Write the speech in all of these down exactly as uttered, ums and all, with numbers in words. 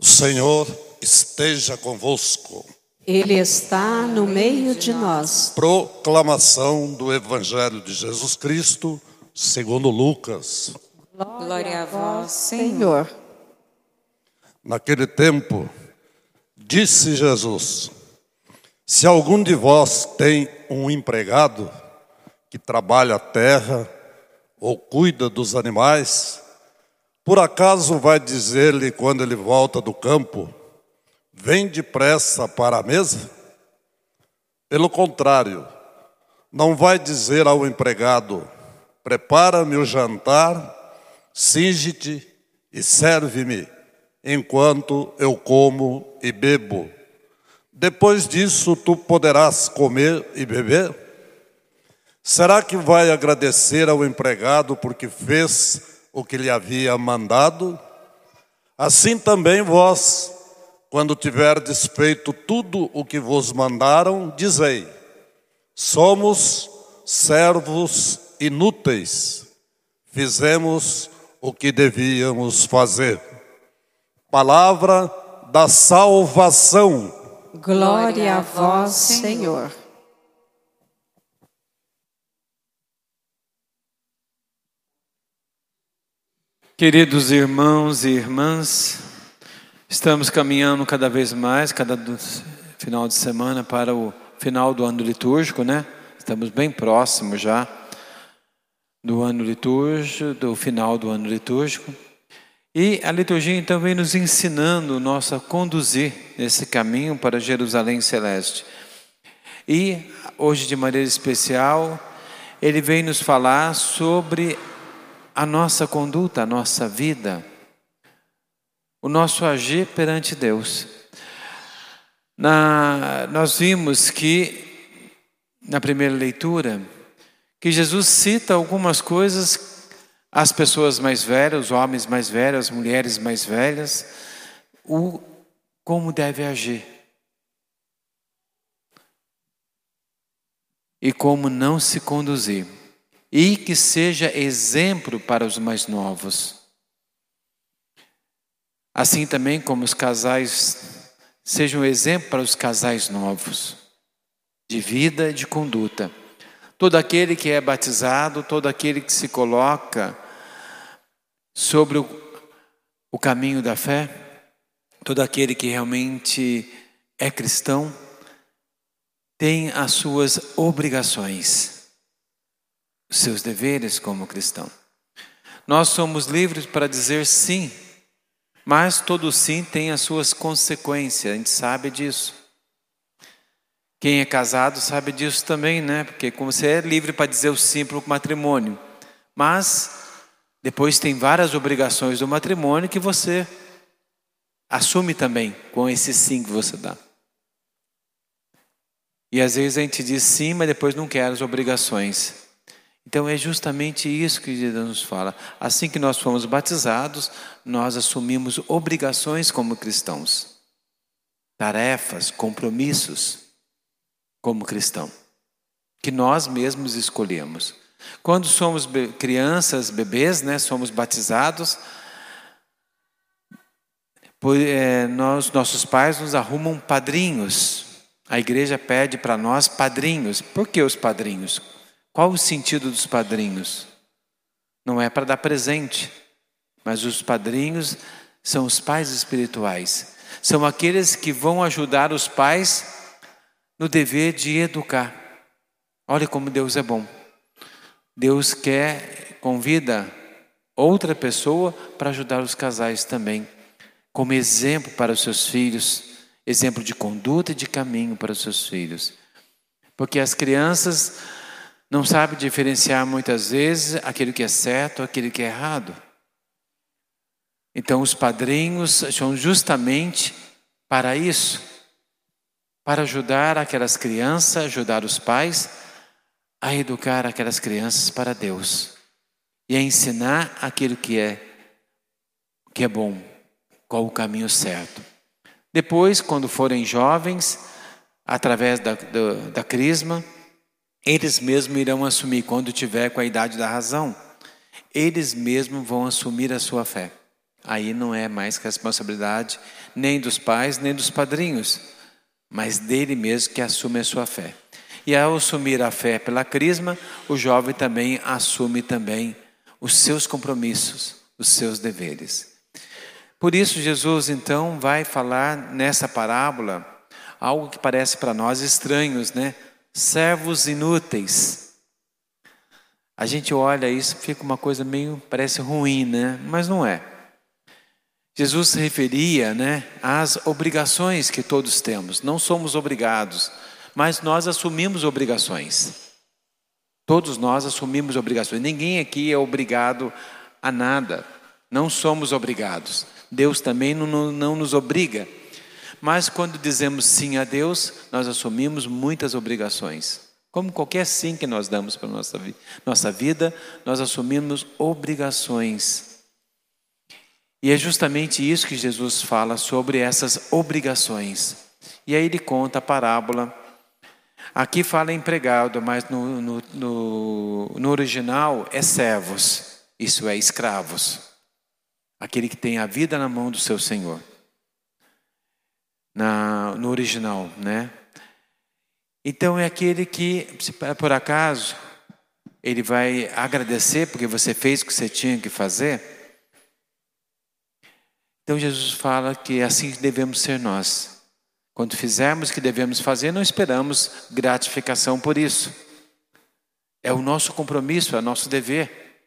Senhor esteja convosco. Ele está no meio de nós. Proclamação do Evangelho de Jesus Cristo, segundo Lucas. Glória a vós, Senhor. Naquele tempo, disse Jesus: se algum de vós tem um empregado que trabalha a terra ou cuida dos animais, por acaso vai dizer-lhe quando ele volta do campo: vem depressa para a mesa? Pelo contrário, não vai dizer ao empregado: prepara-me o jantar, cinge-te e serve-me, enquanto eu como e bebo. Depois disso tu poderás comer e beber? Será que vai agradecer ao empregado porque fez o que lhe havia mandado? Assim também vós, quando tiverdes feito tudo o que vos mandaram, dizei: somos servos inúteis, fizemos o que devíamos fazer. Palavra da salvação. Glória a vós, Senhor. Queridos irmãos e irmãs, estamos caminhando cada vez mais, cada final de semana, para o final do ano litúrgico, né? Estamos bem próximos já do ano litúrgico, do final do ano litúrgico. E a liturgia então vem nos ensinando o nosso a conduzir nesse caminho para Jerusalém Celeste. E hoje, de maneira especial, ele vem nos falar sobre a nossa conduta, a nossa vida, o nosso agir perante Deus. Na, nós vimos que, na primeira leitura, que Jesus cita algumas coisas às pessoas mais velhas, os homens mais velhos, as mulheres mais velhas, o, como deve agir. E como não se conduzir. E que seja exemplo para os mais novos. Assim também como os casais sejam exemplo para os casais novos, de vida e de conduta. Todo aquele que é batizado, todo aquele que se coloca sobre o, o caminho da fé, todo aquele que realmente é cristão, tem as suas obrigações, os seus deveres como cristão. Nós somos livres para dizer sim, mas todo sim tem as suas consequências, a gente sabe disso. Quem é casado sabe disso também, né? Porque como você é livre para dizer o sim para o matrimônio, mas depois tem várias obrigações do matrimônio que você assume também com esse sim que você dá. E às vezes a gente diz sim, mas depois não quer as obrigações. Então é justamente isso que Deus nos fala. Assim que nós fomos batizados, nós assumimos obrigações como cristãos. Tarefas, compromissos como cristão. Que nós mesmos escolhemos. Quando somos be- crianças, bebês, né, somos batizados, por, é, nós, nossos pais nos arrumam padrinhos. A igreja pede para nós padrinhos. Por que os padrinhos? Qual o sentido dos padrinhos? Não é para dar presente, mas os padrinhos são os pais espirituais. São aqueles que vão ajudar os pais no dever de educar. Olha como Deus é bom. Deus quer, convida outra pessoa para ajudar os casais também, como exemplo para os seus filhos, exemplo de conduta e de caminho para os seus filhos. Porque as crianças não sabem diferenciar muitas vezes aquilo que é certo, aquilo que é errado. Então os padrinhos são justamente para isso, para ajudar aquelas crianças, ajudar os pais a educar aquelas crianças para Deus e a ensinar aquilo que é, que é bom, qual o caminho certo. Depois, quando forem jovens, através da, da, da crisma, eles mesmos irão assumir, quando tiver com a idade da razão, eles mesmos vão assumir a sua fé. Aí não é mais responsabilidade nem dos pais, nem dos padrinhos, mas dele mesmo que assume a sua fé. E ao assumir a fé pela crisma, o jovem também assume também os seus compromissos, os seus deveres. Por isso Jesus então vai falar nessa parábola algo que parece para nós estranhos, né? Servos inúteis. A gente olha isso, fica uma coisa meio, parece ruim, né? Mas não é. Jesus se referia, né, às obrigações que todos temos. Não somos obrigados, mas nós assumimos obrigações. Todos nós assumimos obrigações. Ninguém aqui é obrigado a nada. Não somos obrigados. Deus também não, não nos obriga. Mas quando dizemos sim a Deus, nós assumimos muitas obrigações. Como qualquer sim que nós damos para a nossa, vi- nossa vida, nós assumimos obrigações. E é justamente isso que Jesus fala sobre essas obrigações. E aí ele conta a parábola. Aqui fala empregado, mas no, no, no, no original é servos, isso é, escravos. Aquele que tem a vida na mão do seu Senhor. Na, no original, né? Então é aquele que, se por acaso, ele vai agradecer porque você fez o que você tinha que fazer. Então Jesus fala que assim devemos ser nós. Quando fizermos o que devemos fazer, não esperamos gratificação por isso. É o nosso compromisso, é o nosso dever.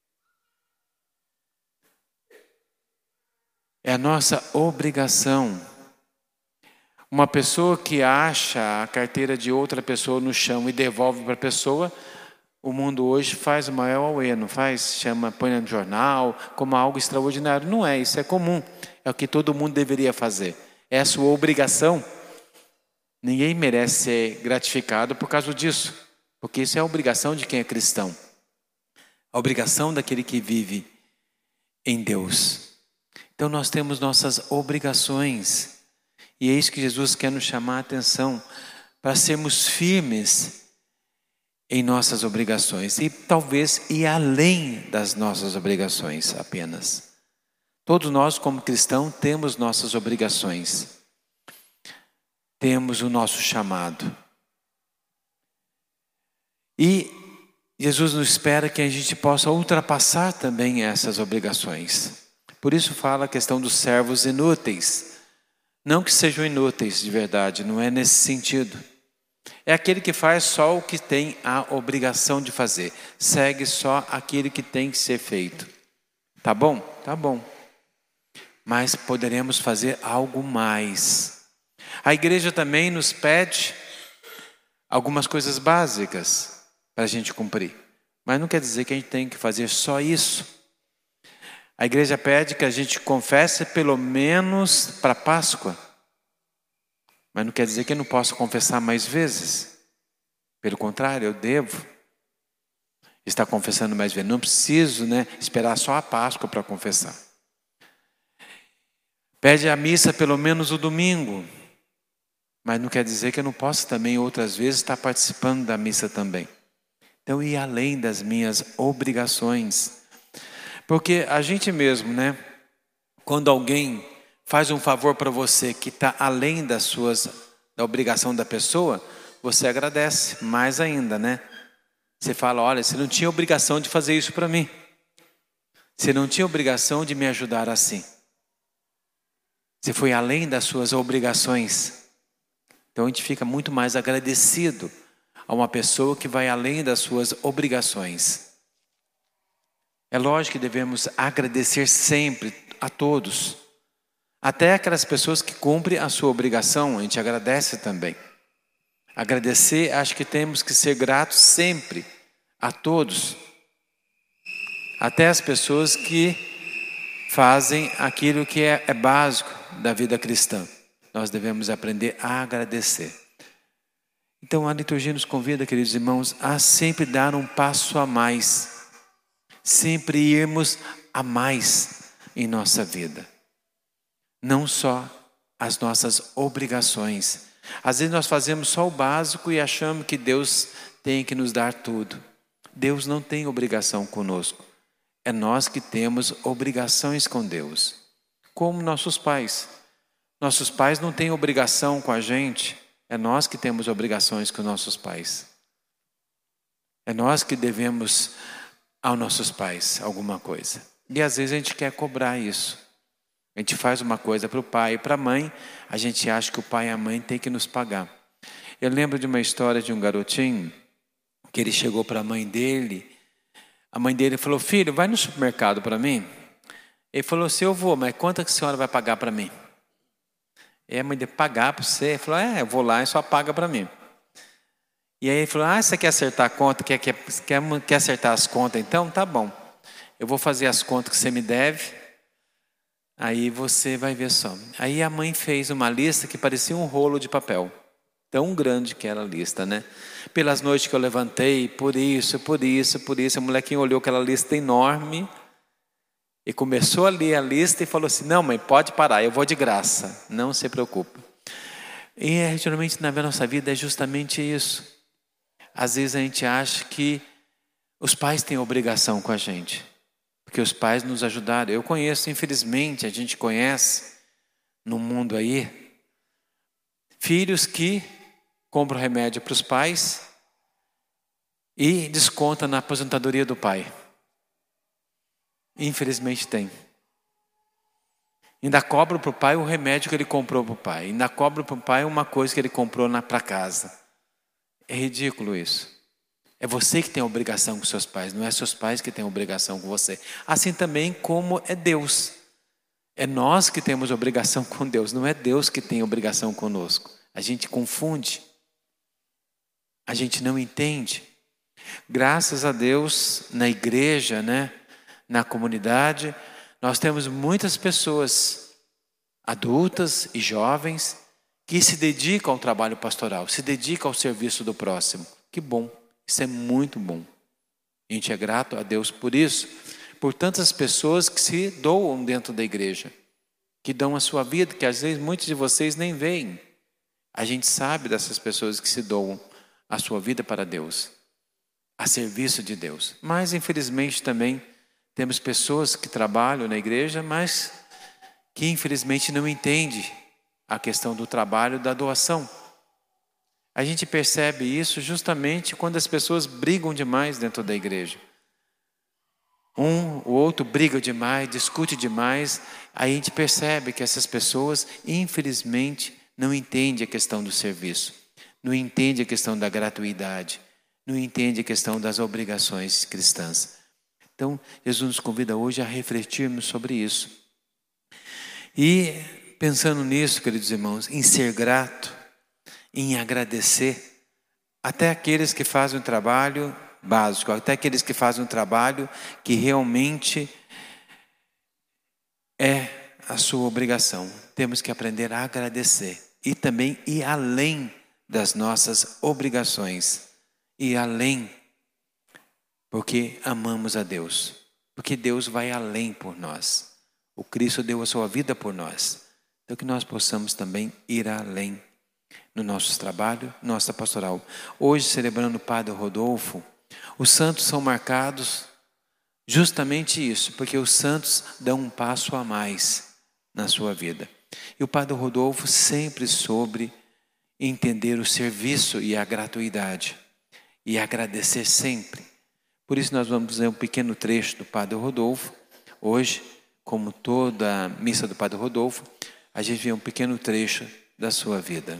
É a nossa obrigação. Uma pessoa que acha a carteira de outra pessoa no chão e devolve para a pessoa, o mundo hoje faz o maior auê, não faz? Chama, põe no jornal como algo extraordinário. Não é, isso é comum. É o que todo mundo deveria fazer. É a sua obrigação. Ninguém merece ser gratificado por causa disso. Porque isso é a obrigação de quem é cristão. A obrigação daquele que vive em Deus. Então nós temos nossas obrigações. E é isso que Jesus quer nos chamar a atenção. Para sermos firmes em nossas obrigações. E talvez ir além das nossas obrigações apenas. Todos nós, como cristãos, temos nossas obrigações. Temos o nosso chamado. E Jesus nos espera que a gente possa ultrapassar também essas obrigações. Por isso fala a questão dos servos inúteis. Não que sejam inúteis de verdade, não é nesse sentido. É aquele que faz só o que tem a obrigação de fazer. Segue só aquilo que tem que ser feito. Tá bom? Tá bom. Mas poderemos fazer algo mais. A igreja também nos pede algumas coisas básicas para a gente cumprir. Mas não quer dizer que a gente tem que fazer só isso. A igreja pede que a gente confesse pelo menos para a Páscoa. Mas não quer dizer que eu não posso confessar mais vezes. Pelo contrário, eu devo estar confessando mais vezes. Não preciso, né, esperar só a Páscoa para confessar. Pede a missa pelo menos o domingo. Mas não quer dizer que eu não posso também outras vezes estar participando da missa também. Então, ir além das minhas obrigações. Porque a gente mesmo, né? Quando alguém faz um favor para você que está além das suas, da obrigação da pessoa, você agradece mais ainda, né? Você fala, olha, você não tinha obrigação de fazer isso para mim. Você não tinha obrigação de me ajudar assim. Você foi além das suas obrigações. Então a gente fica muito mais agradecido a uma pessoa que vai além das suas obrigações. É lógico que devemos agradecer sempre a todos. Até aquelas pessoas que cumprem a sua obrigação, a gente agradece também. Agradecer, acho que temos que ser gratos sempre a todos. Até as pessoas que fazem aquilo que é, é básico da vida cristã. Nós devemos aprender a agradecer. Então a liturgia nos convida, queridos irmãos, a sempre dar um passo a mais. Sempre irmos a mais em nossa vida. Não só as nossas obrigações. Às vezes nós fazemos só o básico e achamos que Deus tem que nos dar tudo. Deus não tem obrigação conosco. é nós que temos obrigações com Deus, como nossos pais. Nossos pais não têm obrigação com a gente, é nós que temos obrigações com nossos pais. É nós que devemos aos nossos pais alguma coisa. E às vezes a gente quer cobrar isso. A gente faz uma coisa para o pai e para a mãe, a gente acha que o pai e a mãe têm que nos pagar. Eu lembro de uma história de um garotinho, que ele chegou para a mãe dele, a mãe dele falou: filho, vai no supermercado para mim? Ele falou assim: eu vou, mas quanto que a senhora vai pagar para mim? E a mãe dele: pagar para você? Ele falou: é, eu vou lá e só paga para mim. E aí ele falou: ah, você quer acertar a conta? Quer, quer, quer, quer acertar as contas? Então, tá bom. Eu vou fazer as contas que você me deve, aí você vai ver só. Aí a mãe fez uma lista que parecia um rolo de papel. Tão grande que era a lista, né? Pelas noites que eu levantei, por isso, por isso, por isso. O molequinho olhou aquela lista enorme e começou a ler a lista e falou assim: não, mãe, pode parar, eu vou de graça, não se preocupe. E geralmente na nossa vida é justamente isso. Às vezes a gente acha que os pais têm obrigação com a gente, porque os pais nos ajudaram. Eu conheço, infelizmente, a gente conhece no mundo aí, filhos que compram remédio para os pais e descontam na aposentadoria do pai. Infelizmente tem. Ainda cobra para o pai o remédio que ele comprou para o pai. Ainda cobra para o pai uma coisa que ele comprou para casa. É ridículo isso. É você que tem obrigação com seus pais, não é seus pais que têm obrigação com você. Assim também como é Deus. É nós que temos obrigação com Deus, não é Deus que tem obrigação conosco. A gente confunde. A gente não entende. Graças a Deus, na igreja, né, na comunidade, nós temos muitas pessoas, adultas e jovens, que se dedicam ao trabalho pastoral, se dedicam ao serviço do próximo. Que bom, isso é muito bom. A gente é grato a Deus por isso, por tantas pessoas que se doam dentro da igreja, que dão a sua vida, que às vezes muitos de vocês nem veem. A gente sabe dessas pessoas que se doam a sua vida para Deus, a serviço de Deus. Mas infelizmente também temos pessoas que trabalham na igreja, mas que infelizmente não entendem a questão do trabalho, da doação. A gente percebe isso justamente quando as pessoas brigam demais dentro da igreja. Um, o outro briga demais, discute demais. Aí a gente percebe que essas pessoas, infelizmente, não entendem a questão do serviço, não entendem a questão da gratuidade, não entendem a questão das obrigações cristãs. Então, Jesus nos convida hoje a refletirmos sobre isso. E pensando nisso, queridos irmãos, em ser grato, em agradecer, até aqueles que fazem um trabalho básico, até aqueles que fazem um trabalho que realmente é a sua obrigação. Temos que aprender a agradecer e também ir além das nossas obrigações, ir além, porque amamos a Deus, porque Deus vai além por nós. O Cristo deu a sua vida por nós. Então que nós possamos também ir além no nosso trabalho, nossa pastoral. Hoje, celebrando o Padre Rodolfo, os santos são marcados justamente isso, porque os santos dão um passo a mais na sua vida. E o Padre Rodolfo sempre soube entender o serviço e a gratuidade e agradecer sempre. Por isso nós vamos ler um pequeno trecho do Padre Rodolfo. Hoje, como toda a missa do Padre Rodolfo, a gente vê um pequeno trecho da sua vida.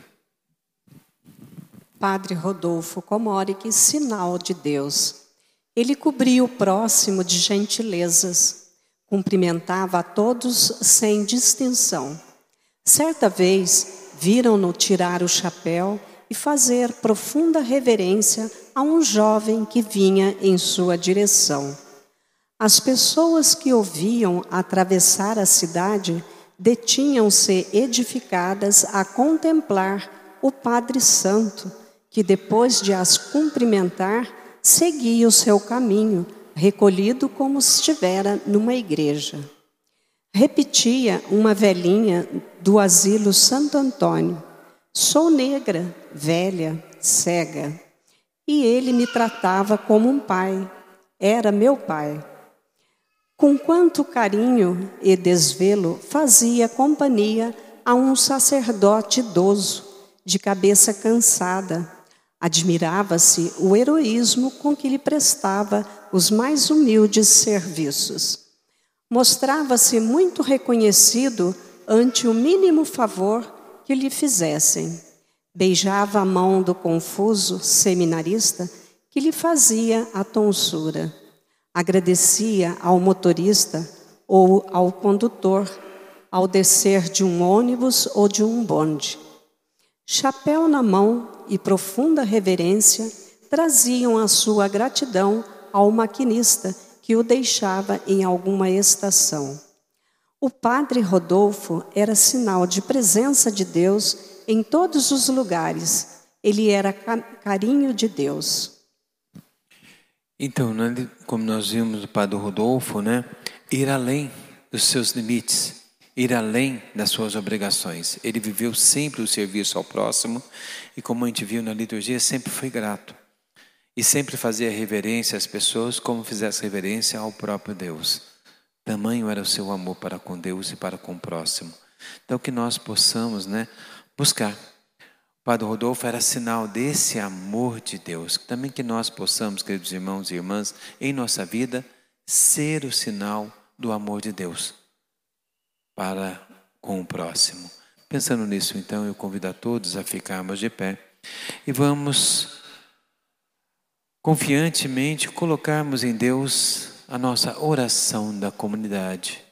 Padre Rodolfo Comoric, sinal de Deus. Ele cobria o próximo de gentilezas, cumprimentava a todos sem distinção. Certa vez, viram-no tirar o chapéu e fazer profunda reverência a um jovem que vinha em sua direção. As pessoas que o viam atravessar a cidade detinham-se edificadas a contemplar o Padre Santo, que depois de as cumprimentar, seguia o seu caminho, recolhido como se estivera numa igreja. Repetia uma velhinha do asilo Santo Antônio: sou negra, velha, cega. E ele me tratava como um pai, era meu pai. Com quanto carinho e desvelo fazia companhia a um sacerdote idoso, de cabeça cansada. Admirava-se o heroísmo com que lhe prestava os mais humildes serviços. Mostrava-se muito reconhecido ante o mínimo favor que lhe fizessem. Beijava a mão do confuso seminarista que lhe fazia a tonsura. Agradecia ao motorista ou ao condutor ao descer de um ônibus ou de um bonde. Chapéu na mão e profunda reverência traziam a sua gratidão ao maquinista que o deixava em alguma estação. O padre Rodolfo era sinal de presença de Deus em todos os lugares. Ele era carinho de Deus. Então, né, como nós vimos do padre Rodolfo, né, ir além dos seus limites, ir além das suas obrigações. Ele viveu sempre o serviço ao próximo e, como a gente viu na liturgia, sempre foi grato. E sempre fazia reverência às pessoas como fizesse reverência ao próprio Deus. Tamanho era o seu amor para com Deus e para com o próximo. Então que nós possamos, né, buscar. O padre Rodolfo era sinal desse amor de Deus. Também que nós possamos, queridos irmãos e irmãs, em nossa vida, ser o sinal do amor de Deus para com o próximo. Pensando nisso, então, eu convido a todos a ficarmos de pé e vamos confiantemente colocarmos em Deus a nossa oração da comunidade.